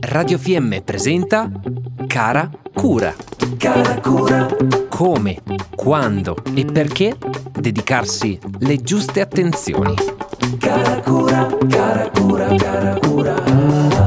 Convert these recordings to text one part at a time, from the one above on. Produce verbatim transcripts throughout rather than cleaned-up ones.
Radio F M presenta Cara Cura. Cara Cura. Come, quando e perché dedicarsi le giuste attenzioni. Cara Cura, cara cura, cara cura.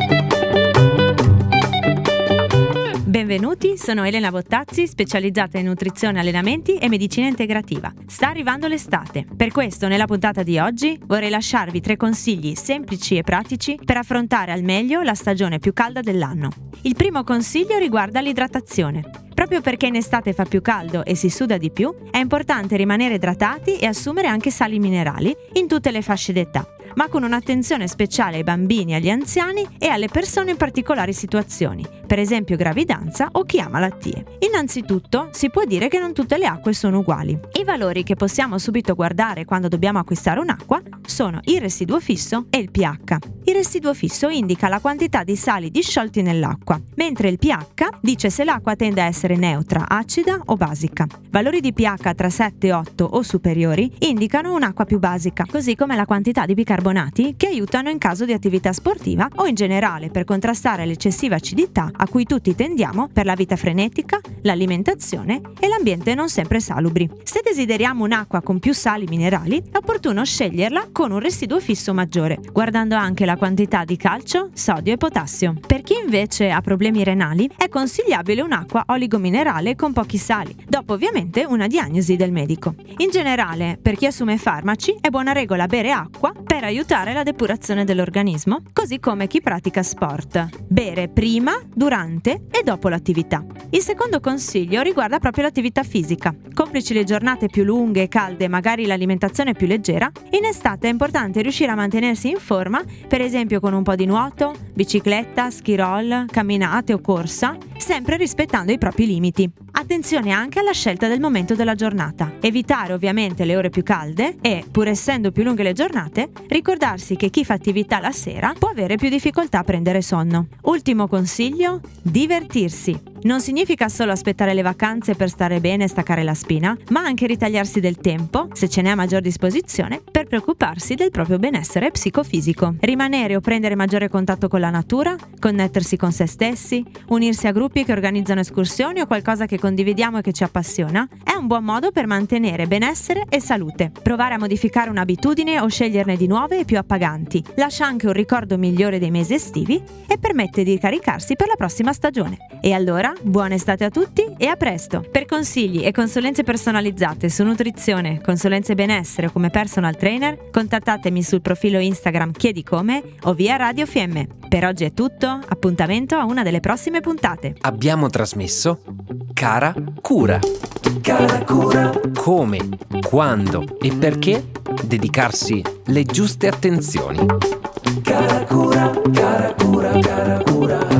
Benvenuti, sono Elena Bottazzi, specializzata in nutrizione, allenamenti e medicina integrativa. Sta arrivando l'estate. Per questo, nella puntata di oggi, vorrei lasciarvi tre consigli semplici e pratici per affrontare al meglio la stagione più calda dell'anno. Il primo consiglio riguarda l'idratazione. Proprio perché in estate fa più caldo e si suda di più, è importante rimanere idratati e assumere anche sali minerali in tutte le fasce d'età, ma con un'attenzione speciale ai bambini, agli anziani e alle persone in particolari situazioni, per esempio gravidanza o chi ha malattie. Innanzitutto, si può dire che non tutte le acque sono uguali. I valori che possiamo subito guardare quando dobbiamo acquistare un'acqua sono il residuo fisso e il pH. Il residuo fisso indica la quantità di sali disciolti nell'acqua, mentre il pH dice se l'acqua tende a essere neutra, acida o basica. Valori di pH tra sette e otto o superiori indicano un'acqua più basica, così come la quantità di bicarbonati che aiutano in caso di attività sportiva o in generale per contrastare l'eccessiva acidità a cui tutti tendiamo per la vita frenetica, l'alimentazione e l'ambiente non sempre salubri. Se desideriamo un'acqua con più sali minerali, è opportuno sceglierla con un residuo fisso maggiore, guardando anche la quantità di calcio, sodio e potassio. Per chi invece ha problemi renali, è consigliabile un'acqua oligominerale con pochi sali, dopo ovviamente una diagnosi del medico. In generale, per chi assume farmaci, è buona regola bere acqua per aiutare la depurazione dell'organismo, così come chi pratica sport. Bere prima, durante e dopo l'attività. Il secondo consiglio riguarda proprio l'attività fisica. Complici le giornate più lunghe e calde e magari l'alimentazione più leggera, in estate è importante riuscire a mantenersi in forma, per esempio con un po' di nuoto, bicicletta, ski roll, camminate o corsa, sempre rispettando i propri limiti. Attenzione anche alla scelta del momento della giornata. Evitare ovviamente le ore più calde e, pur essendo più lunghe le giornate, ricordarsi che chi fa attività la sera può avere più difficoltà a prendere sonno. Ultimo consiglio: divertirsi. Non significa solo aspettare le vacanze per stare bene e staccare la spina, ma anche ritagliarsi del tempo, se ce n'è a maggior disposizione, per preoccuparsi del proprio benessere psicofisico. Rimanere o prendere maggiore contatto con la natura, connettersi con se stessi, unirsi a gruppi che organizzano escursioni o qualcosa che condividiamo e che ci appassiona, è un buon modo per mantenere benessere e salute. Provare a modificare un'abitudine o sceglierne di nuove e più appaganti lascia anche un ricordo migliore dei mesi estivi e permette di caricarsi per la prossima stagione. E allora, buona estate a tutti e a presto! Per consigli e consulenze personalizzate su nutrizione, consulenze benessere o come personal trainer, contattatemi sul profilo Instagram Chiedi Come o via Radio F M. Per oggi è tutto, appuntamento a una delle prossime puntate. Abbiamo trasmesso Cara Cura. Cara Cura. Come, quando e perché dedicarsi le giuste attenzioni. Cara Cura, cara cura, cara cura.